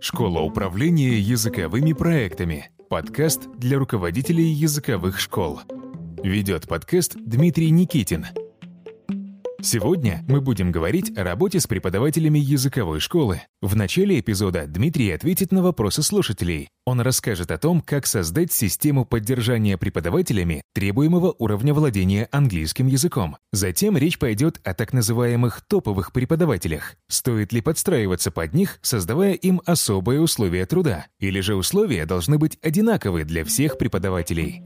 Школа управления языковыми проектами. Подкаст для руководителей языковых школ. Ведет подкаст Дмитрий Никитин. Сегодня мы будем говорить о работе с преподавателями языковой школы. В начале эпизода Дмитрий ответит на вопросы слушателей. Он расскажет о том, как создать систему поддержания преподавателями требуемого уровня владения английским языком. Затем речь пойдет о так называемых топовых преподавателях. Стоит ли подстраиваться под них, создавая им особые условия труда? Или же условия должны быть одинаковы для всех преподавателей?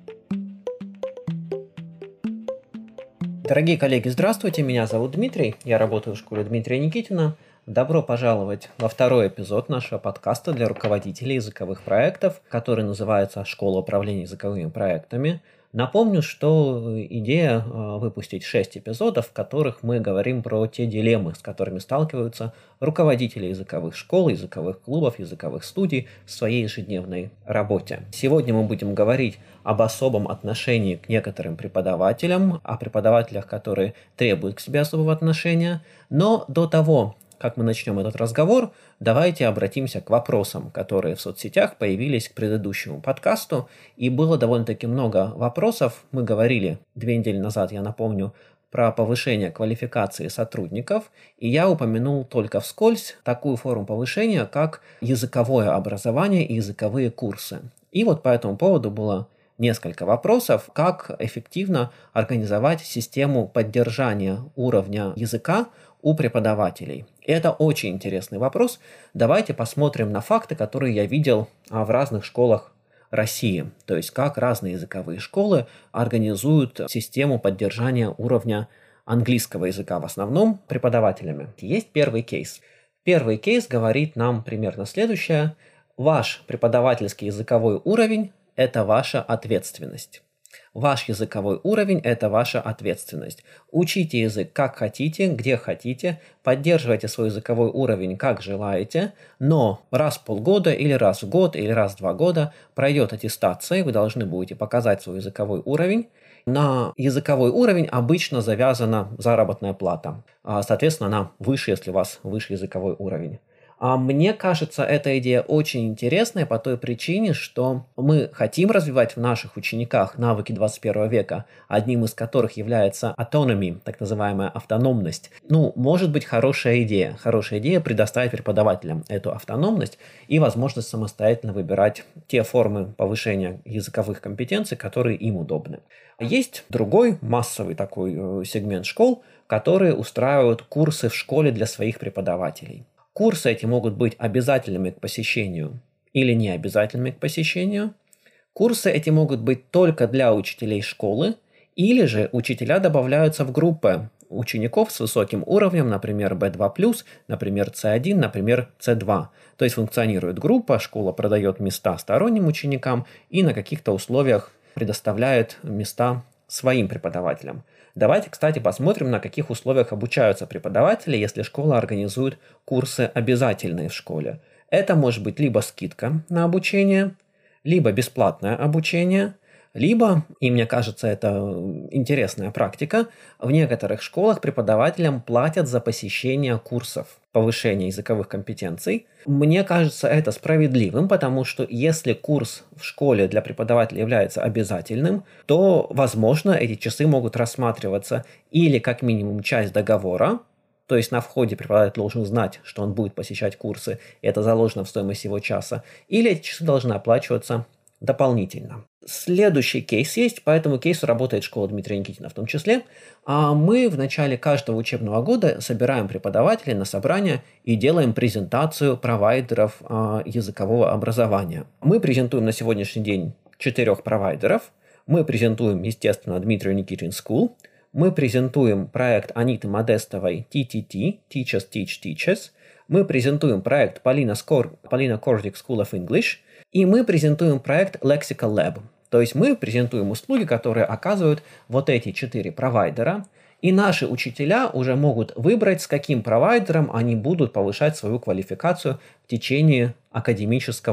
Дорогие коллеги, здравствуйте, меня зовут Дмитрий, я работаю в школе Дмитрия Никитина. Добро пожаловать во второй эпизод нашего подкаста для руководителей языковых проектов, который называется «Школа управления языковыми проектами». Напомню, что идея выпустить 6 эпизодов, в которых мы говорим про те дилеммы, с которыми сталкиваются руководители языковых школ, языковых клубов, языковых студий в своей ежедневной работе. Сегодня мы будем говорить об особом отношении к некоторым преподавателям, о преподавателях, которые требуют к себе особого отношения. Но до того, как мы начнем этот разговор, давайте обратимся к вопросам, которые в соцсетях появились к предыдущему подкасту. И было довольно-таки много вопросов. Мы говорили 2 недели назад, я напомню, про повышение квалификации сотрудников. И я упомянул только вскользь такую форму повышения, как языковое образование и языковые курсы. И вот по этому поводу было несколько вопросов, как эффективно организовать систему поддержания уровня языка у преподавателей. Это очень интересный вопрос. Давайте посмотрим на факты, которые я видел в разных школах России. То есть, как разные языковые школы организуют систему поддержания уровня английского языка, в основном преподавателями. Есть первый кейс. Первый кейс говорит нам примерно следующее. Ваш преподавательский языковой уровень – это ваша ответственность. Ваш языковой уровень – это ваша ответственность. Учите язык как хотите, где хотите, поддерживайте свой языковой уровень как желаете, но раз в полгода или раз в год или раз в 2 года пройдет аттестация, вы должны будете показать свой языковой уровень. На языковой уровень обычно завязана заработная плата. Соответственно, она выше, если у вас выше языковой уровень. Мне кажется, эта идея очень интересная по той причине, что мы хотим развивать в наших учениках навыки 21 века, одним из которых является autonomy, так называемая автономность. Может быть хорошая идея. Хорошая идея предоставить преподавателям эту автономность и возможность самостоятельно выбирать те формы повышения языковых компетенций, которые им удобны. Есть другой массовый такой сегмент школ, которые устраивают курсы в школе для своих преподавателей. Курсы эти могут быть обязательными к посещению или необязательными к посещению. Курсы эти могут быть только для учителей школы, или же учителя добавляются в группы учеников с высоким уровнем, например, B2+, например, C1, например, C2. То есть функционирует группа, школа продает места сторонним ученикам и на каких-то условиях предоставляет места своим преподавателям. Давайте, кстати, посмотрим, на каких условиях обучаются преподаватели, если школа организует курсы обязательные в школе. Это может быть либо скидка на обучение, либо бесплатное обучение, либо, и мне кажется, это интересная практика, в некоторых школах преподавателям платят за посещение курсов повышения языковых компетенций. Мне кажется, это справедливым, потому что если курс в школе для преподавателя является обязательным, то, возможно, эти часы могут рассматриваться или как минимум часть договора, то есть на входе преподаватель должен знать, что он будет посещать курсы, и это заложено в стоимость его часа, или эти часы должны оплачиваться дополнительно. Следующий кейс есть, по этому кейсу работает школа Дмитрия Никитина в том числе. Мы в начале каждого учебного года собираем преподавателей на собрание и делаем презентацию провайдеров языкового образования. Мы презентуем на сегодняшний день 4 провайдеров. Мы презентуем, естественно, Дмитрию Никитин School. Мы презентуем проект Аниты Модестовой TTT, Teachers Teach Teachers. Мы презентуем проект Полина Коржик School of English. И мы презентуем проект Lexical Lab. То есть мы презентуем услуги, которые оказывают вот эти 4 провайдера. И наши учителя уже могут выбрать, с каким провайдером они будут повышать свою квалификацию в течение академического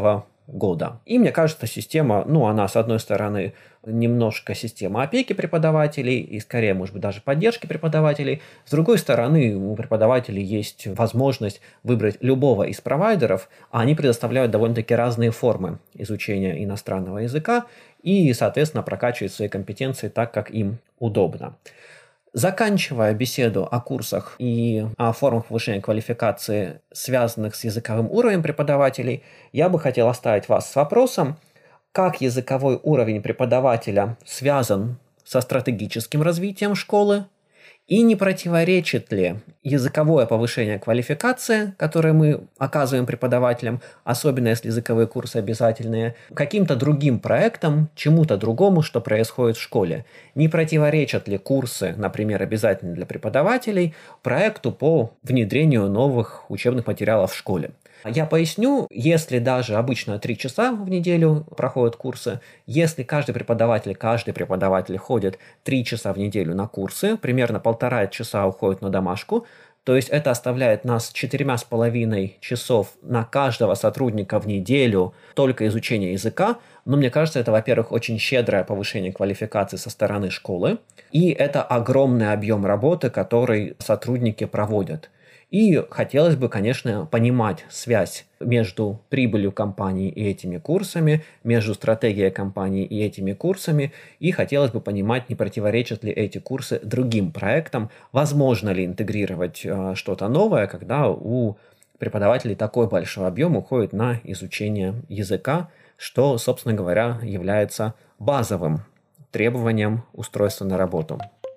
года. И мне кажется, система, она с одной стороны немножко система опеки преподавателей и скорее, может быть, даже поддержки преподавателей. С другой стороны, у преподавателей есть возможность выбрать любого из провайдеров, а они предоставляют довольно-таки разные формы изучения иностранного языка и, соответственно, прокачивают свои компетенции так, как им удобно. Заканчивая беседу о курсах и о формах повышения квалификации, связанных с языковым уровнем преподавателей, я бы хотел оставить вас с вопросом, как языковой уровень преподавателя связан со стратегическим развитием школы, и не противоречит ли языковое повышение квалификации, которое мы оказываем преподавателям, особенно если языковые курсы обязательные, каким-то другим проектам, чему-то другому, что происходит в школе? Не противоречат ли курсы, например, обязательные для преподавателей, проекту по внедрению новых учебных материалов в школе? Я поясню, если даже обычно 3 часа в неделю проходят курсы, если каждый преподаватель ходит 3 часа в неделю на курсы, примерно 1,5 часа уходит на домашку, то есть это оставляет нас 4,5 часов на каждого сотрудника в неделю только изучения языка. Но мне кажется, это, во-первых, очень щедрое повышение квалификации со стороны школы, и это огромный объем работы, который сотрудники проводят. И хотелось бы, конечно, понимать связь между прибылью компании и этими курсами, между стратегией компании и этими курсами, и хотелось бы понимать, не противоречат ли эти курсы другим проектам, возможно ли интегрировать что-то новое, когда у преподавателей такой большой объем уходит на изучение языка, что, собственно говоря, является базовым требованием устройства на работу.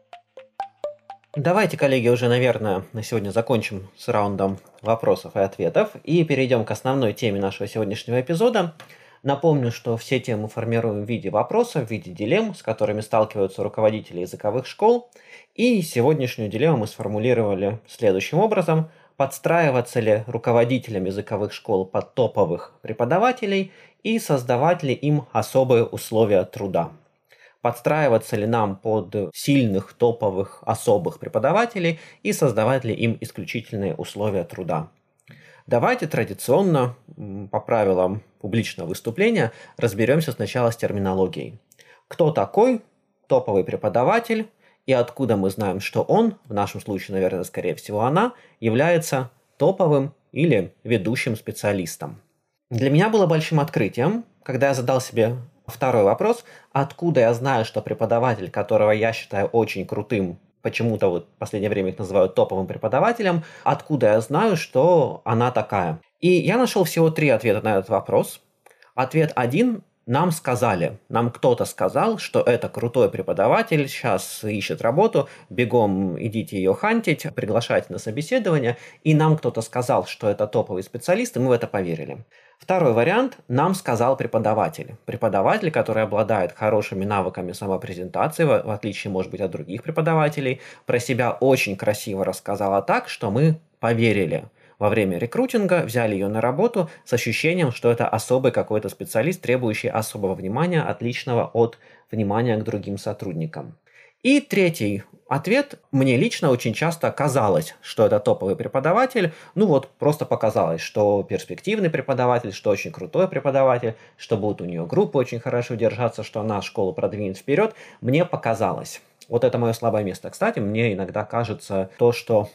Давайте, коллеги, уже, наверное, на сегодня закончим с раундом вопросов и ответов и перейдем к основной теме нашего сегодняшнего эпизода. Напомню, что все темы формируем в виде вопросов, в виде дилемм, с которыми сталкиваются руководители языковых школ. И сегодняшнюю дилемму мы сформулировали следующим образом. Подстраиваться ли руководителям языковых школ под топовых преподавателей и создавать ли им особые условия труда? Подстраиваться ли нам под сильных, топовых, особых преподавателей и создавать ли им исключительные условия труда? Давайте традиционно, по правилам публичного выступления, разберемся сначала с терминологией. Кто такой топовый преподаватель и откуда мы знаем, что он, в нашем случае, наверное, скорее всего она, является топовым или ведущим специалистом? Для меня было большим открытием, когда я задал себе второй вопрос, откуда я знаю, что преподаватель, которого я считаю очень крутым, почему-то в последнее время их называют топовым преподавателем, откуда я знаю, что она такая? И я нашел всего 3 ответа на этот вопрос. Ответ 1. Нам сказали, нам кто-то сказал, что это крутой преподаватель, сейчас ищет работу, бегом идите ее хантить, приглашайте на собеседование, и нам кто-то сказал, что это топовый специалист, и мы в это поверили. Второй вариант – нам сказал преподаватель. Преподаватель, который обладает хорошими навыками самопрезентации, в отличие, может быть, от других преподавателей, про себя очень красиво рассказала так, что мы поверили. Во время рекрутинга взяли ее на работу с ощущением, что это особый какой-то специалист, требующий особого внимания, отличного от внимания к другим сотрудникам. И третий ответ. Мне лично очень часто казалось, что это топовый преподаватель. Просто показалось, что перспективный преподаватель, что очень крутой преподаватель, что будет у нее группа очень хорошо держаться, что она школу продвинет вперед. Мне показалось. Вот это мое слабое место. Кстати, мне иногда кажется то, что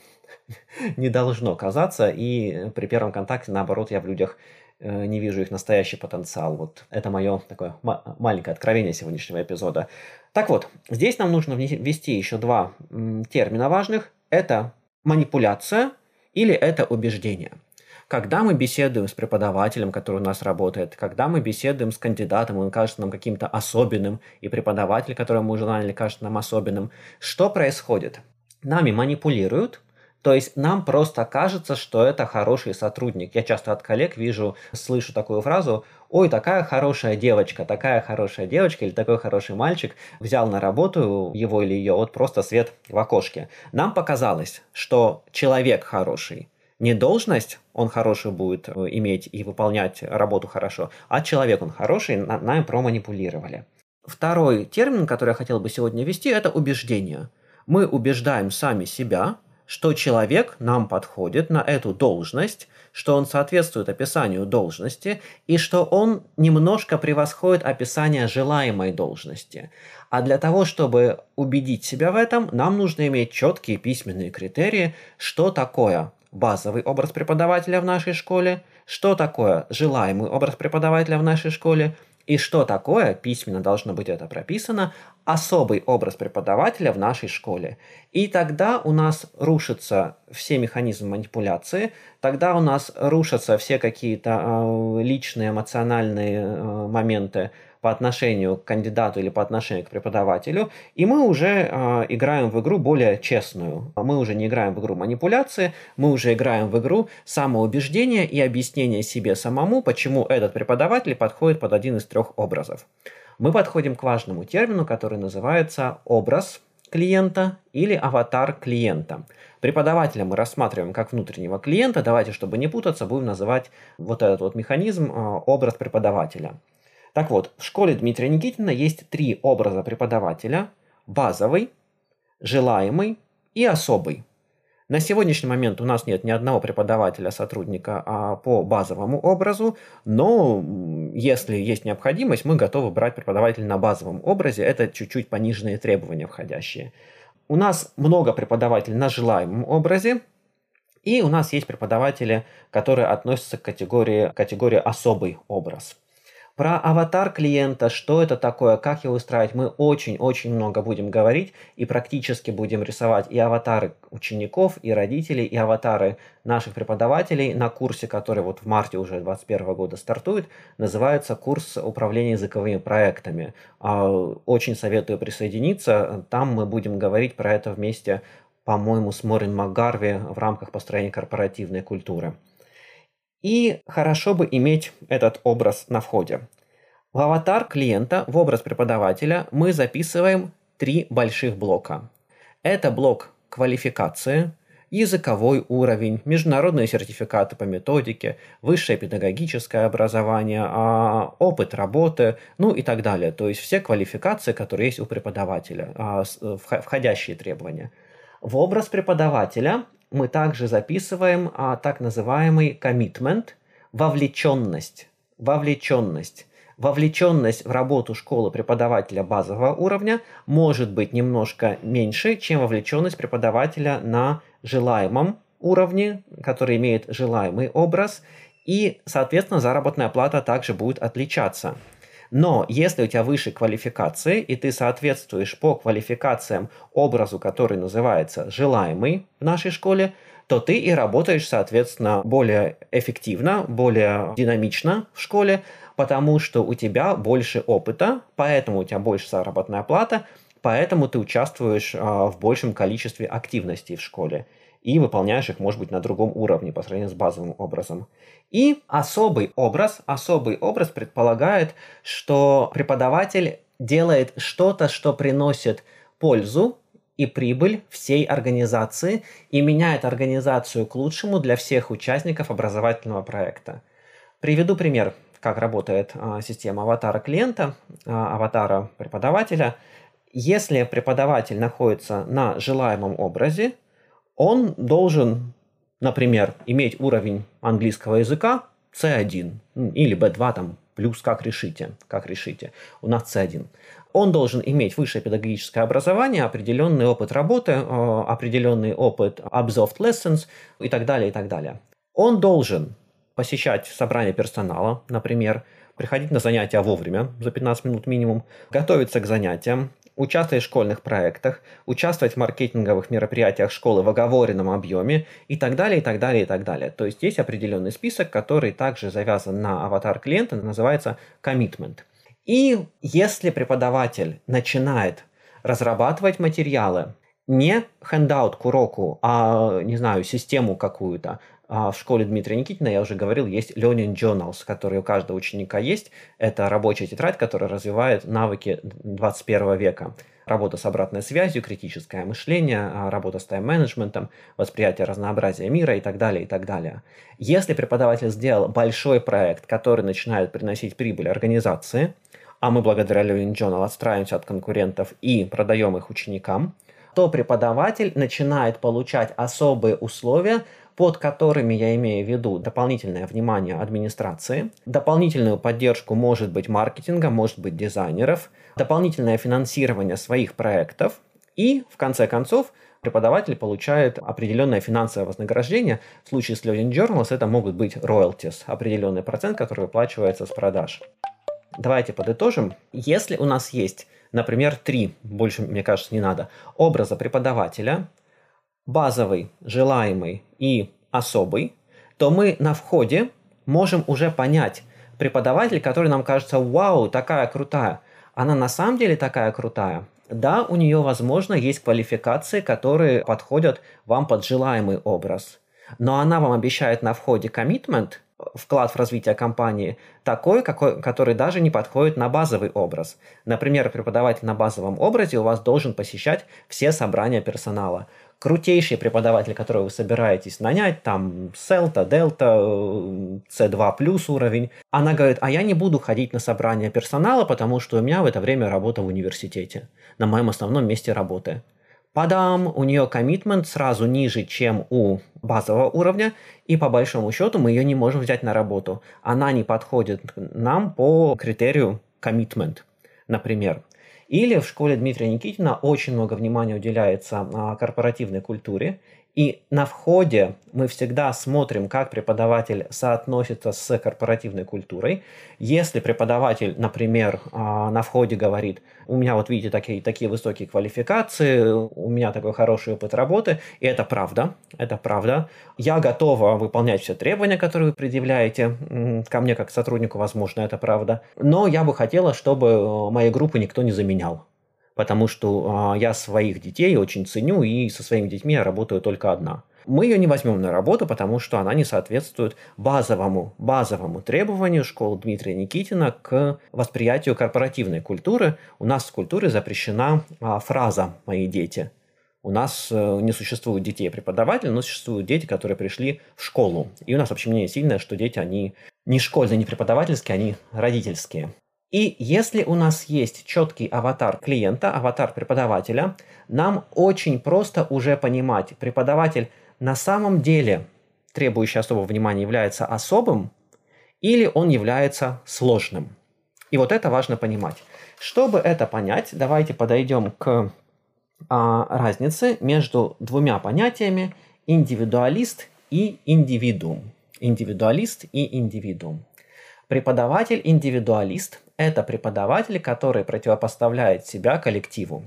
не должно казаться, и при первом контакте, наоборот, я в людях не вижу их настоящий потенциал. Вот это мое такое маленькое откровение сегодняшнего эпизода. Так вот, здесь нам нужно ввести еще 2 термина важных. Это манипуляция или это убеждение. Когда мы беседуем с преподавателем, который у нас работает, когда мы беседуем с кандидатом, он кажется нам каким-то особенным, и преподаватель, которого мы уже наняли, кажется нам особенным, что происходит? Нами манипулируют. То есть нам просто кажется, что это хороший сотрудник. Я часто от коллег слышу такую фразу: «Ой, такая хорошая девочка или такой хороший мальчик взял на работу его или ее, вот просто свет в окошке». Нам показалось, что человек хороший. Не должность он хороший будет иметь и выполнять работу хорошо, а человек он хороший, нами проманипулировали. Второй термин, который я хотел бы сегодня ввести, это убеждение. Мы убеждаем сами себя, что человек нам подходит на эту должность, что он соответствует описанию должности и что он немножко превосходит описание желаемой должности. А для того, чтобы убедить себя в этом, нам нужно иметь четкие письменные критерии, что такое базовый образ преподавателя в нашей школе, что такое желаемый образ преподавателя в нашей школе, и что такое, письменно должно быть это прописано, особый образ преподавателя в нашей школе. И тогда у нас рушатся все механизмы манипуляции, тогда у нас рушатся все какие-то личные эмоциональные моменты по отношению к кандидату или по отношению к преподавателю, и мы уже играем в игру более честную. Мы уже не играем в игру манипуляции, мы уже играем в игру самоубеждения и объяснения себе самому, почему этот преподаватель подходит под один из трех образов. Мы подходим к важному термину, который называется образ клиента или аватар клиента. Преподавателя мы рассматриваем как внутреннего клиента. Давайте, чтобы не путаться, будем называть вот этот вот механизм образ преподавателя. Так вот, в школе Дмитрия Никитина есть три образа преподавателя: базовый, желаемый и особый. На сегодняшний момент у нас нет ни одного преподавателя-сотрудника по базовому образу, но если есть необходимость, мы готовы брать преподавателя на базовом образе. Это чуть-чуть пониженные требования входящие. У нас много преподавателей на желаемом образе, и у нас есть преподаватели, которые относятся к категории особый образ. Про аватар клиента, что это такое, как его устраивать, мы очень-очень много будем говорить и практически будем рисовать и аватары учеников, и родителей, и аватары наших преподавателей на курсе, который вот в марте уже 2021 года стартует, называется курс управления языковыми проектами. Очень советую присоединиться, там мы будем говорить про это вместе, по-моему, с Морин МакГарви в рамках построения корпоративной культуры. И хорошо бы иметь этот образ на входе. В аватар клиента, в образ преподавателя мы записываем три больших блока. Это блок квалификации, языковой уровень, международные сертификаты по методике, высшее педагогическое образование, опыт работы, ну и так далее. То есть все квалификации, которые есть у преподавателя, входящие требования. В образ преподавателя мы также записываем так называемый commitment, вовлеченность. Вовлеченность в работу школы преподавателя базового уровня может быть немножко меньше, чем вовлеченность преподавателя на желаемом уровне, который имеет желаемый образ, и, соответственно, заработная плата также будет отличаться. Но если у тебя выше квалификации, и ты соответствуешь по квалификациям образу, который называется желаемый в нашей школе, то ты и работаешь, соответственно, более эффективно, более динамично в школе, потому что у тебя больше опыта, поэтому у тебя больше заработная плата, поэтому ты участвуешь в большем количестве активностей в школе и выполняешь их, может быть, на другом уровне по сравнению с базовым образом. И особый образ предполагает, что преподаватель делает что-то, что приносит пользу и прибыль всей организации и меняет организацию к лучшему для всех участников образовательного проекта. Приведу пример, как работает система аватара клиента, аватара преподавателя. Если преподаватель находится на желаемом образе, он должен, например, иметь уровень английского языка C1 или B2 там, плюс, как решите. У нас C1. Он должен иметь высшее педагогическое образование, определенный опыт работы, определенный опыт observed lessons и так далее, и так далее. Он должен посещать собрания персонала, например, приходить на занятия вовремя, за 15 минут минимум, готовиться к занятиям, участвовать в школьных проектах, участвовать в маркетинговых мероприятиях школы в оговоренном объеме и так далее, и так далее, и так далее. То есть есть определенный список, который также завязан на аватар клиента, называется commitment. И если преподаватель начинает разрабатывать материалы, не handout к уроку, а, не знаю, систему какую-то, в школе Дмитрия Никитина, я уже говорил, есть Learning Journals, которые у каждого ученика есть. Это рабочая тетрадь, которая развивает навыки 21 века. Работа с обратной связью, критическое мышление, работа с тайм-менеджментом, восприятие разнообразия мира и так далее, и так далее. Если преподаватель сделал большой проект, который начинает приносить прибыль организации, а мы благодаря Learning Journal отстраиваемся от конкурентов и продаем их ученикам, то преподаватель начинает получать особые условия, под которыми я имею в виду дополнительное внимание администрации, дополнительную поддержку, может быть, маркетинга, может быть, дизайнеров, дополнительное финансирование своих проектов и, в конце концов, преподаватель получает определенное финансовое вознаграждение. В случае с Learning Journals это могут быть royalties, определенный процент, который выплачивается с продаж. Давайте подытожим. Если у нас есть, например, 3, больше, мне кажется, не надо, образа преподавателя, базовый, желаемый и особый, то мы на входе можем уже понять, преподаватель, который нам кажется, вау, такая крутая, она на самом деле такая крутая. Да, у нее, возможно, есть квалификации, которые подходят вам под желаемый образ. Но она вам обещает на входе коммитмент, вклад в развитие компании, такой, который даже не подходит на базовый образ. Например, преподаватель на базовом образе у вас должен посещать все собрания персонала. Крутейший преподаватель, которого вы собираетесь нанять, там Селта, Дельта, C2+ уровень, она говорит, а я не буду ходить на собрания персонала, потому что у меня в это время работа в университете, на моем основном месте работы. Падам, у нее коммитмент сразу ниже, чем у базового уровня, и по большому счету мы ее не можем взять на работу. Она не подходит нам по критерию коммитмент, например. Или в школе Дмитрия Никитина очень много внимания уделяется корпоративной культуре, и на входе мы всегда смотрим, как преподаватель соотносится с корпоративной культурой. Если преподаватель, например, на входе говорит, у меня вот видите такие высокие квалификации, у меня такой хороший опыт работы, и это правда, я готова выполнять все требования, которые вы предъявляете ко мне как к сотруднику, возможно, это правда, но я бы хотела, чтобы моей группы никто не заменял. Потому что я своих детей очень ценю, и со своими детьми я работаю только одна. Мы ее не возьмем на работу, потому что она не соответствует базовому требованию школы Дмитрия Никитина к восприятию корпоративной культуры. У нас в культуре запрещена фраза «мои дети». У нас не существует детей-преподавателей, но существуют дети, которые пришли в школу. И у нас вообще мнение сильное, что дети, они не школьные, не преподавательские, они родительские. И если у нас есть четкий аватар клиента, аватар преподавателя, нам очень просто уже понимать, преподаватель на самом деле, требующий особого внимания, является особым или он является сложным. И вот это важно понимать. Чтобы это понять, давайте подойдем к разнице между двумя понятиями индивидуалист и индивидуум. Индивидуалист и индивидуум. Преподаватель-индивидуалист – это преподаватель, который противопоставляет себя коллективу.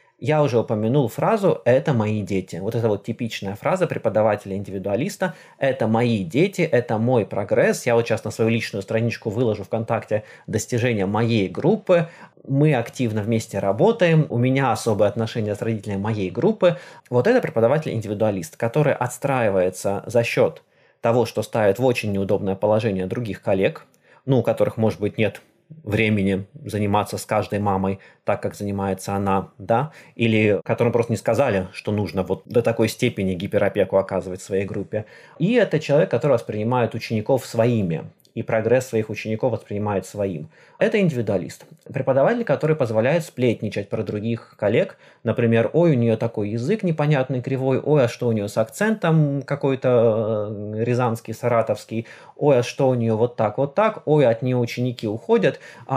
Я уже упомянул фразу «это мои дети». Вот это вот типичная фраза преподавателя-индивидуалиста «это мои дети, это мой прогресс». Я вот сейчас на свою личную страничку выложу ВКонтакте достижения моей группы. Мы активно вместе работаем, у меня особые отношения с родителями моей группы. Вот это преподаватель-индивидуалист, который отстраивается за счет того, что ставит в очень неудобное положение других коллег, у которых, может быть, нет времени заниматься с каждой мамой так, как занимается она, да, или которым просто не сказали, что нужно вот до такой степени гиперопеку оказывать в своей группе. И это человек, который воспринимает учеников своими, и прогресс своих учеников воспринимает своим. Это индивидуалист. Преподаватель, который позволяет сплетничать про других коллег. Например, ой, у нее такой язык непонятный, кривой, ой, а что у нее с акцентом какой-то рязанский, саратовский, ой, а что у нее вот так, ой, от нее ученики уходят.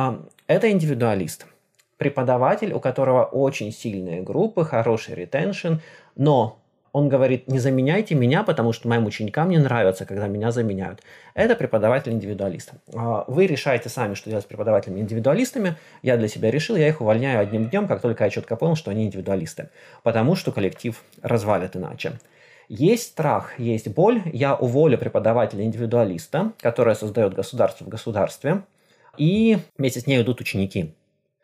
Это индивидуалист. Преподаватель, у которого очень сильные группы, хороший ретеншн, но он говорит, не заменяйте меня, потому что моим ученикам не нравится, когда меня заменяют. Это преподаватель-индивидуалист. Вы решаете сами, что делать с преподавателями-индивидуалистами. Я для себя решил, я их увольняю одним днем, как только я четко понял, что они индивидуалисты. Потому что коллектив развалит иначе. Есть страх, есть боль. Я уволю преподавателя-индивидуалиста, который создает государство в государстве, и вместе с ней идут ученики.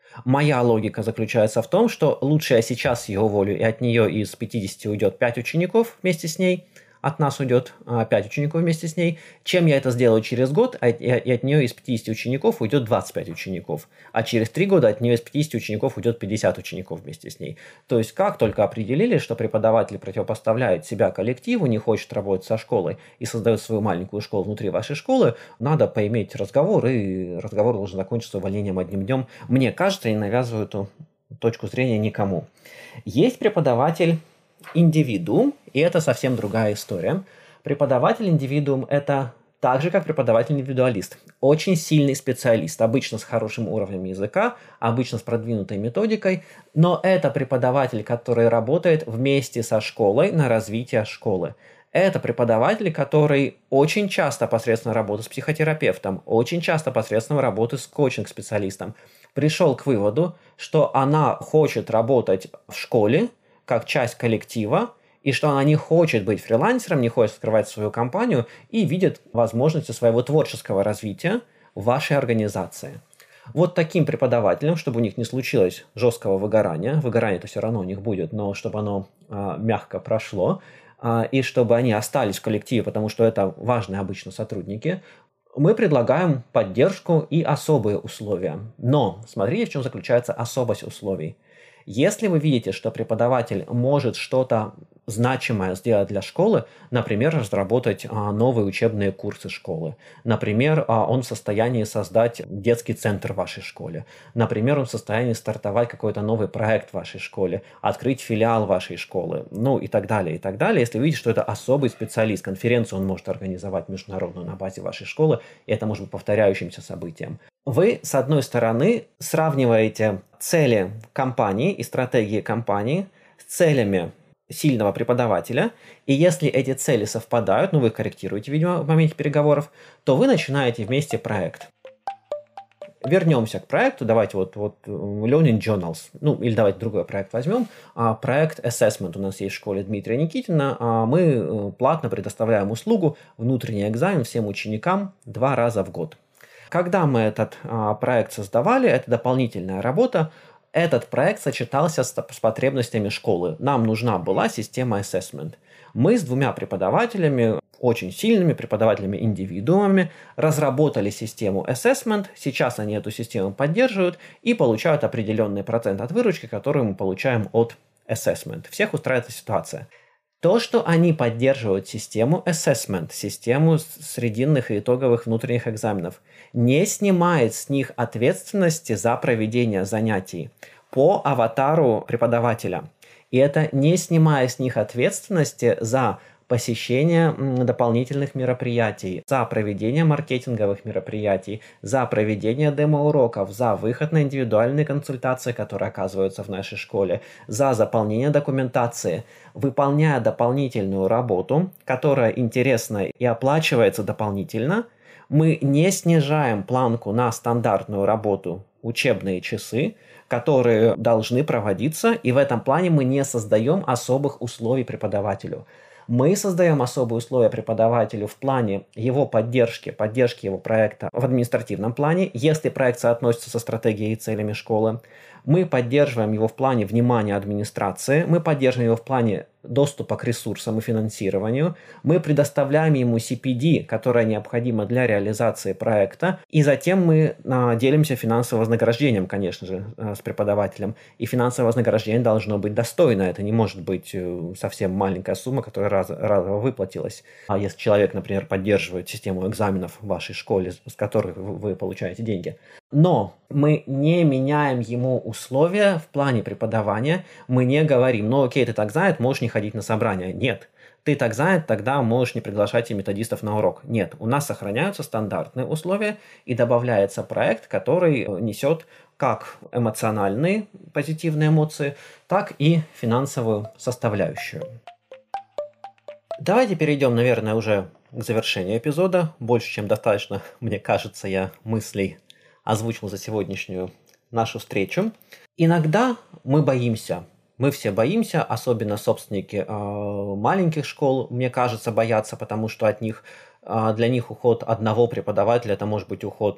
Моя логика заключается в том, что лучше я сейчас ее уволю, и от нее из 50 уйдет 5 учеников вместе с ней, от нас уйдет 5 учеников вместе с ней, чем я это сделаю через год, и от нее из 50 учеников уйдет 25 учеников, а через 3 года от нее из 50 учеников уйдет 50 учеников вместе с ней. То есть как только определили, что преподаватель противопоставляет себя коллективу, не хочет работать со школой и создает свою маленькую школу внутри вашей школы, надо поиметь разговор, и разговор должен закончиться увольнением одним днем. Мне кажется, я не навязываю эту точку зрения никому. Есть преподаватель-индивидуум, и это совсем другая история. Преподаватель-индивидуум – это так же, как преподаватель-индивидуалист. Очень сильный специалист, обычно с хорошим уровнем языка, обычно с продвинутой методикой, но это преподаватель, который работает вместе со школой на развитие школы. Это преподаватель, который очень часто посредством работы с психотерапевтом, очень часто посредством работы с коучинг-специалистом пришел к выводу, что она хочет работать в школе как часть коллектива, и что она не хочет быть фрилансером, не хочет открывать свою компанию и видит возможности своего творческого развития в вашей организации. Вот таким преподавателям, чтобы у них не случилось жесткого выгорания, выгорание-то все равно у них будет, но чтобы оно мягко прошло, и чтобы они остались в коллективе, потому что это важные обычно сотрудники, мы предлагаем поддержку и особые условия. Но смотрите, в чем заключается особость условий. Если вы видите, что преподаватель может что-то значимое сделать для школы, например, разработать новые учебные курсы школы, например, он в состоянии создать детский центр в вашей школе, например, он в состоянии стартовать какой-то новый проект в вашей школе, открыть филиал вашей школы, ну и так далее, и так далее. Если вы видите, что это особый специалист, конференцию он может организовать международную на базе вашей школы, и это может быть повторяющимся событием. Вы, с одной стороны, сравниваете цели компании и стратегии компании с целями сильного преподавателя, и если эти цели совпадают, вы их корректируете, видимо, в моменте переговоров, то вы начинаете вместе проект. Вернемся к проекту. Давайте вот Learning Journals, или давайте другой проект возьмем. Проект Assessment у нас есть в школе Дмитрия Никитина. Мы платно предоставляем услугу внутренний экзамен всем ученикам 2 раза в год. Когда мы этот проект создавали, это дополнительная работа, этот проект сочетался с потребностями школы. Нам нужна была система assessment. Мы с 2 преподавателями, очень сильными преподавателями-индивидуумами, разработали систему assessment. Сейчас они эту систему поддерживают и получают определенный процент от выручки, которую мы получаем от assessment. Всех устраивает эта ситуация. То, что они поддерживают систему assessment, систему срединных и итоговых внутренних экзаменов, не снимает с них ответственности за проведение занятий по аватару преподавателя. И это не снимает с них ответственности за посещение дополнительных мероприятий, за проведение маркетинговых мероприятий, за проведение демо-уроков, за выход на индивидуальные консультации, которые оказываются в нашей школе, за заполнение документации. Выполняя дополнительную работу, которая интересна и оплачивается дополнительно, мы не снижаем планку на стандартную работу, учебные часы, которые должны проводиться, и в этом плане мы не создаем особых условий преподавателю. Мы создаем особые условия преподавателю в плане его поддержки его проекта в административном плане, если проект соотносится со стратегией и целями школы. Мы поддерживаем его в плане внимания администрации, мы поддерживаем его в плане доступа к ресурсам и финансированию, мы предоставляем ему CPD, которая необходима для реализации проекта, и затем мы делимся финансовым вознаграждением, конечно же, с преподавателем. И финансовое вознаграждение должно быть достойно, это не может быть совсем маленькая сумма, которая разово выплатилась. А если человек, например, поддерживает систему экзаменов в вашей школе, с которых вы получаете деньги, но мы не меняем ему условия в плане преподавания, мы не говорим, окей, ты так занят, можешь не ходить на собрания. Нет. Ты так занят, тогда можешь не приглашать и методистов на урок. Нет. У нас сохраняются стандартные условия и добавляется проект, который несет как эмоциональные позитивные эмоции, так и финансовую составляющую. Давайте перейдем, наверное, уже к завершению эпизода. Больше, чем достаточно, мне кажется, я мыслей озвучил за сегодняшнюю нашу встречу. Иногда мы боимся. Мы все боимся, особенно собственники маленьких школ, мне кажется, боятся, потому что для них уход одного преподавателя, это может быть уход,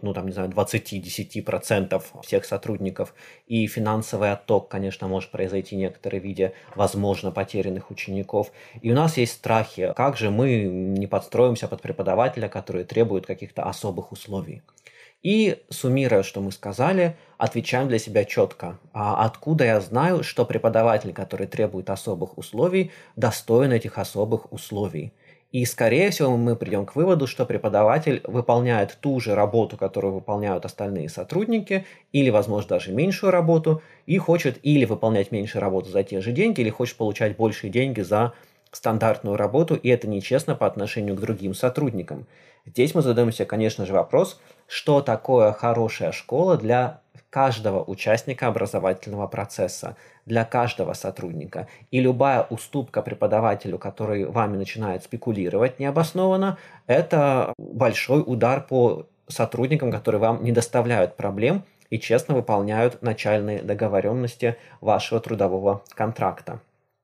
20-10% всех сотрудников, и финансовый отток, конечно, может произойти некоторые в виде, возможно, потерянных учеников. И у нас есть страхи, как же мы не подстроимся под преподавателя, который требует каких-то особых условий. И, суммируя, что мы сказали, отвечаем для себя четко. А откуда я знаю, что преподаватель, который требует особых условий, достоин этих особых условий? И, скорее всего, мы придем к выводу, что преподаватель выполняет ту же работу, которую выполняют остальные сотрудники, или, возможно, даже меньшую работу, и хочет или выполнять меньшую работу за те же деньги, или хочет получать большие деньги за стандартную работу, и это нечестно по отношению к другим сотрудникам. Здесь мы задаемся, конечно же, вопрос, что такое хорошая школа для каждого участника образовательного процесса, для каждого сотрудника. И любая уступка преподавателю, который вами начинает спекулировать необоснованно, это большой удар по сотрудникам, которые вам не доставляют проблем и честно выполняют начальные договоренности вашего трудового контракта.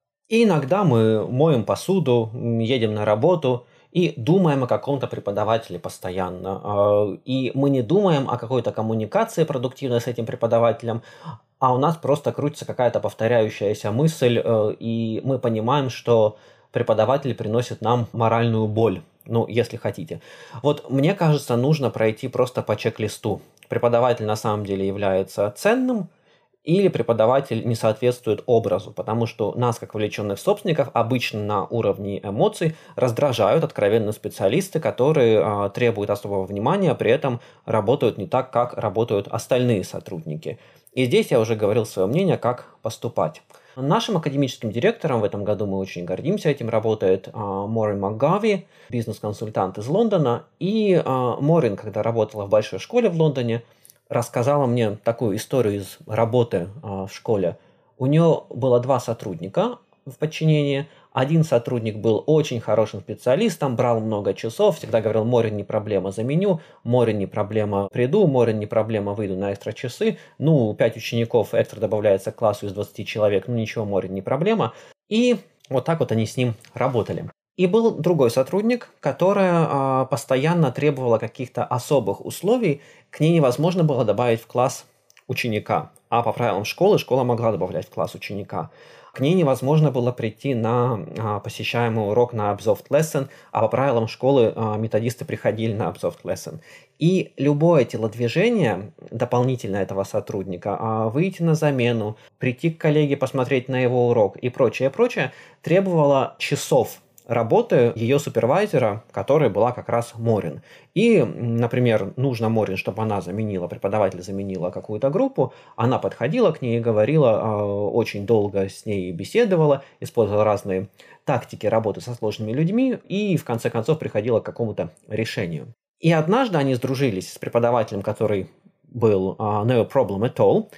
И иногда мы моем посуду, едем на работу и думаем о каком-то преподавателе постоянно. И мы не думаем о какой-то коммуникации продуктивной с этим преподавателем, а у нас просто крутится какая-то повторяющаяся мысль, и мы понимаем, что преподаватель приносит нам моральную боль, ну, если хотите. Вот мне кажется, нужно пройти просто по чек-листу. Преподаватель на самом деле является ценным, или преподаватель не соответствует образу, потому что нас, как вовлеченных собственников, обычно на уровне эмоций раздражают откровенно специалисты, которые требуют особого внимания, при этом работают не так, как работают остальные сотрудники. И здесь я уже говорил свое мнение, как поступать. Нашим академическим директором в этом году, мы очень гордимся этим, работает Морин МакГави, бизнес-консультант из Лондона. И Морин, когда работала в большой школе в Лондоне, рассказала мне такую историю из работы в школе. У нее было 2 сотрудника в подчинении. Один сотрудник был очень хорошим специалистом, брал много часов, всегда говорил: Морин, не проблема, заменю, Морин, не проблема, приду, Морин, не проблема, выйду на экстра часы. 5 учеников экстра добавляется к классу из 20 человек, ничего, Морин, не проблема. И вот так вот они с ним работали. И был другой сотрудник, которая постоянно требовала каких-то особых условий. К ней невозможно было добавить в класс ученика. А по правилам школы, школа могла добавлять в класс ученика. К ней невозможно было прийти на посещаемый урок на observed lesson, а по правилам школы методисты приходили на observed lesson. И любое телодвижение дополнительно этого сотрудника, выйти на замену, прийти к коллеге, посмотреть на его урок и прочее, требовало часов работы ее супервайзера, которой была как раз Морин. И, например, нужно Морин, чтобы она преподаватель заменила какую-то группу, она подходила к ней и говорила, очень долго с ней беседовала, использовала разные тактики работы со сложными людьми и, в конце концов, приходила к какому-то решению. И однажды они сдружились с преподавателем, который был no problem at all,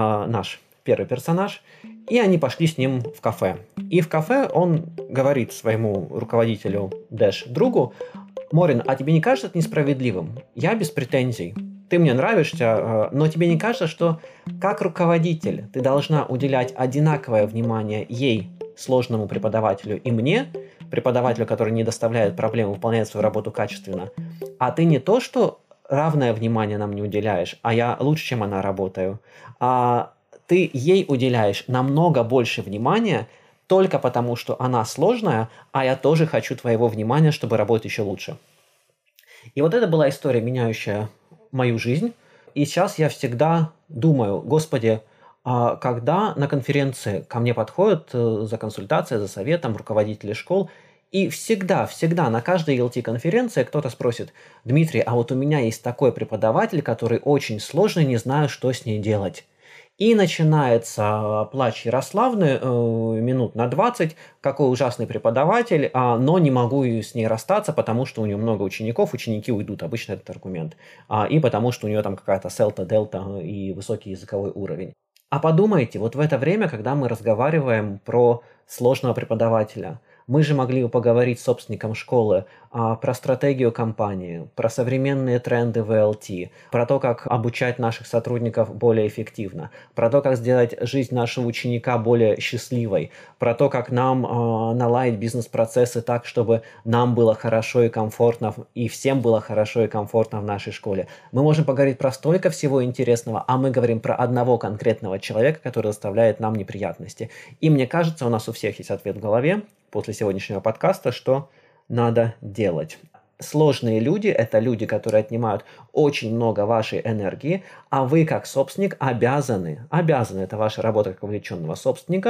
наш первый персонаж, и они пошли с ним в кафе. И в кафе он говорит своему руководителю, другу: Морин, а тебе не кажется это несправедливым? Я без претензий. Ты мне нравишься, но тебе не кажется, что как руководитель ты должна уделять одинаковое внимание ей, сложному преподавателю, и мне, преподавателю, который не доставляет проблем, выполняет свою работу качественно, а ты не то, что равное внимание нам не уделяешь, а я лучше, чем она, работаю, ты ей уделяешь намного больше внимания только потому, что она сложная, а я тоже хочу твоего внимания, чтобы работать еще лучше. И вот это была история, меняющая мою жизнь. И сейчас я всегда думаю: Господи, когда на конференции ко мне подходят за консультацией, за советом руководители школ, и всегда на каждой ELT-конференции кто-то спросит: Дмитрий, а вот у меня есть такой преподаватель, который очень сложный, не знаю, что с ней делать. И начинается плач Ярославны минут на 20, какой ужасный преподаватель, но не могу с ней расстаться, потому что у нее много учеников, ученики уйдут, обычно этот аргумент, и потому что у нее там какая-то селта, дельта и высокий языковой уровень. А подумайте, вот в это время, когда мы разговариваем про сложного преподавателя, мы же могли бы поговорить с собственником школы про стратегию компании, про современные тренды в ЛТ, про то, как обучать наших сотрудников более эффективно, про то, как сделать жизнь нашего ученика более счастливой, про то, как нам наладить бизнес-процессы так, чтобы нам было хорошо и комфортно, и всем было хорошо и комфортно в нашей школе. Мы можем поговорить про столько всего интересного, а мы говорим про одного конкретного человека, который доставляет нам неприятности. И мне кажется, у нас у всех есть ответ в голове после сегодняшнего подкаста, что надо делать. Сложные люди – это люди, которые отнимают очень много вашей энергии, а вы, как собственник, обязаны, это ваша работа как вовлеченного собственника,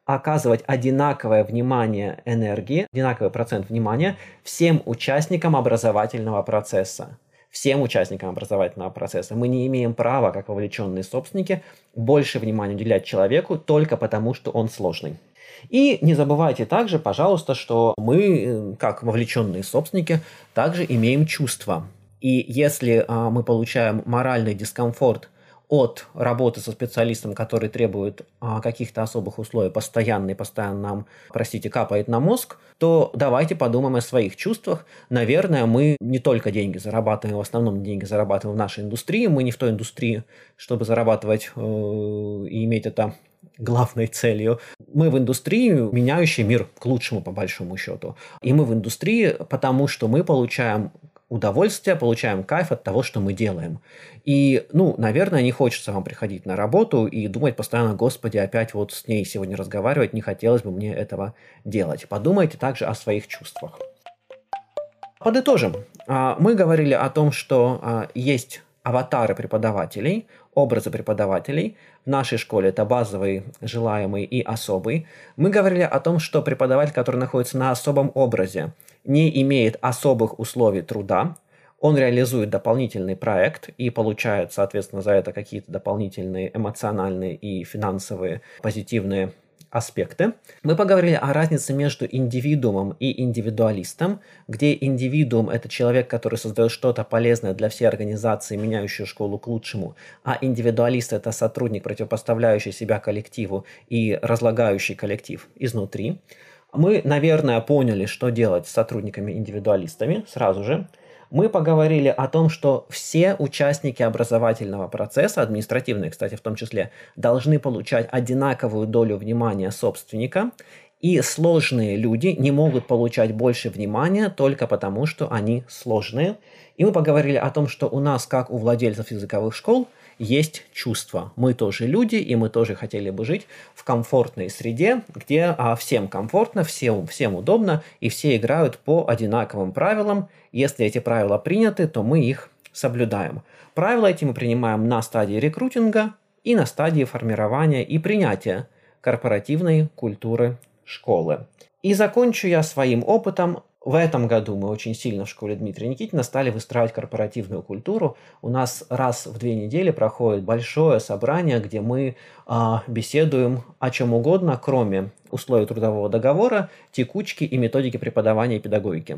оказывать одинаковое внимание энергии, одинаковый процент внимания всем участникам образовательного процесса. Всем участникам образовательного процесса. Мы не имеем права, как вовлеченные собственники, больше внимания уделять человеку только потому, что он сложный. И не забывайте также, пожалуйста, что мы, как вовлеченные собственники, также имеем чувства. И если мы получаем моральный дискомфорт от работы со специалистом, который требует каких-то особых условий, постоянно нам, капает на мозг, то давайте подумаем о своих чувствах. Наверное, мы не только деньги зарабатываем, в основном деньги зарабатываем в нашей индустрии, мы не в той индустрии, чтобы зарабатывать и иметь это главной целью. Мы в индустрии, меняющей мир к лучшему, по большому счету. И мы в индустрии, потому что мы получаем удовольствие, получаем кайф от того, что мы делаем. И, наверное, не хочется вам приходить на работу и думать постоянно: господи, опять вот с ней сегодня разговаривать, не хотелось бы мне этого делать. Подумайте также о своих чувствах. Подытожим. Мы говорили о том, что есть аватары преподавателей, образы преподавателей. В нашей школе это базовый, желаемый и особый. Мы говорили о том, что преподаватель, который находится на особом образе, не имеет особых условий труда. Он реализует дополнительный проект и получает, соответственно, за это какие-то дополнительные эмоциональные и финансовые позитивные аспекты. Мы поговорили о разнице между индивидуумом и индивидуалистом, где индивидуум – это человек, который создает что-то полезное для всей организации, меняющую школу к лучшему, а индивидуалист – это сотрудник, противопоставляющий себя коллективу и разлагающий коллектив изнутри. Мы, наверное, поняли, что делать с сотрудниками-индивидуалистами сразу же. Мы поговорили о том, что все участники образовательного процесса, административные, кстати, в том числе, должны получать одинаковую долю внимания собственника, и сложные люди не могут получать больше внимания только потому, что они сложные. И мы поговорили о том, что у нас, как у владельцев языковых школ, есть чувства. Мы тоже люди, и мы тоже хотели бы жить в комфортной среде, где всем комфортно, всем удобно, и все играют по одинаковым правилам. Если эти правила приняты, то мы их соблюдаем. Правила эти мы принимаем на стадии рекрутинга и на стадии формирования и принятия корпоративной культуры школы. И закончу я своим опытом. В этом году мы очень сильно в школе Дмитрия Никитина стали выстраивать корпоративную культуру. У нас раз в 2 недели проходит большое собрание, где мы беседуем о чем угодно, кроме условий трудового договора, текучки и методики преподавания и педагогики.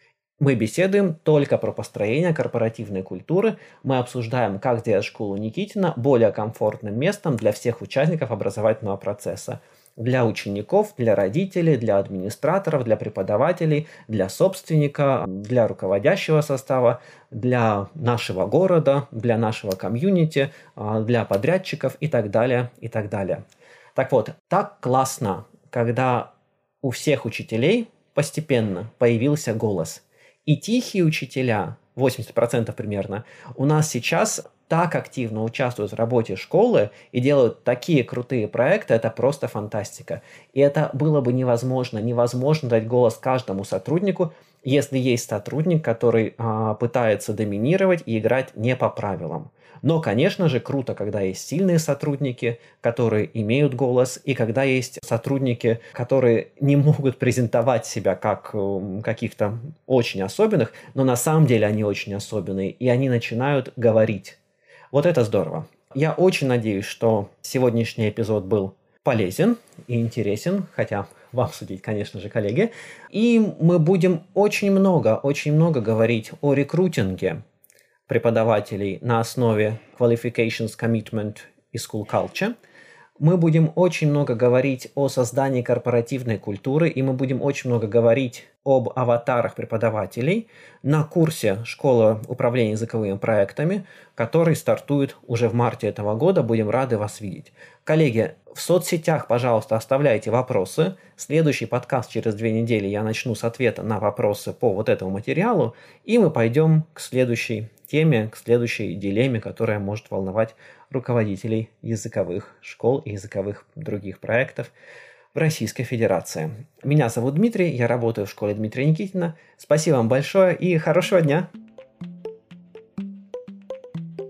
Мы беседуем только про построение корпоративной культуры. Мы обсуждаем, как сделать школу Никитина более комфортным местом для всех участников образовательного процесса. Для учеников, для родителей, для администраторов, для преподавателей, для собственника, для руководящего состава, для нашего города, для нашего комьюнити, для подрядчиков и так далее, и так далее. Так вот, так классно, когда у всех учителей постепенно появился голос. И тихие учителя, 80% примерно, у нас сейчас так активно участвуют в работе школы и делают такие крутые проекты, это просто фантастика. И это было бы невозможно дать голос каждому сотруднику, если есть сотрудник, который пытается доминировать и играть не по правилам. Но, конечно же, круто, когда есть сильные сотрудники, которые имеют голос, и когда есть сотрудники, которые не могут презентовать себя как каких-то очень особенных, но на самом деле они очень особенные, и они начинают говорить. Вот это здорово. Я очень надеюсь, что сегодняшний эпизод был полезен и интересен, хотя вам судить, конечно же, коллеги. И мы будем очень много говорить о рекрутинге преподавателей на основе Qualifications, Commitment и School Culture. Мы будем очень много говорить о создании корпоративной культуры, и мы будем очень много говорить об аватарах преподавателей на курсе «Школа управления языковыми проектами», который стартует уже в марте этого года. Будем рады вас видеть. Коллеги, в соцсетях, пожалуйста, оставляйте вопросы. Следующий подкаст через 2 недели я начну с ответа на вопросы по вот этому материалу, и мы пойдем к следующей теме, к следующей дилемме, которая может волновать руководителей языковых школ и языковых других проектов в Российской Федерации. Меня зовут Дмитрий, я работаю в школе Дмитрия Никитина. Спасибо вам большое и хорошего дня!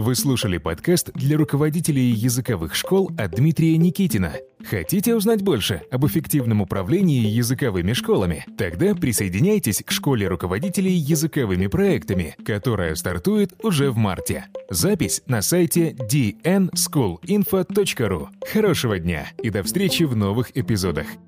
Вы слушали подкаст для руководителей языковых школ от Дмитрия Никитина. Хотите узнать больше об эффективном управлении языковыми школами? Тогда присоединяйтесь к школе руководителей языковыми проектами, которая стартует уже в марте. Запись на сайте dnschoolinfo.ru. Хорошего дня и до встречи в новых эпизодах.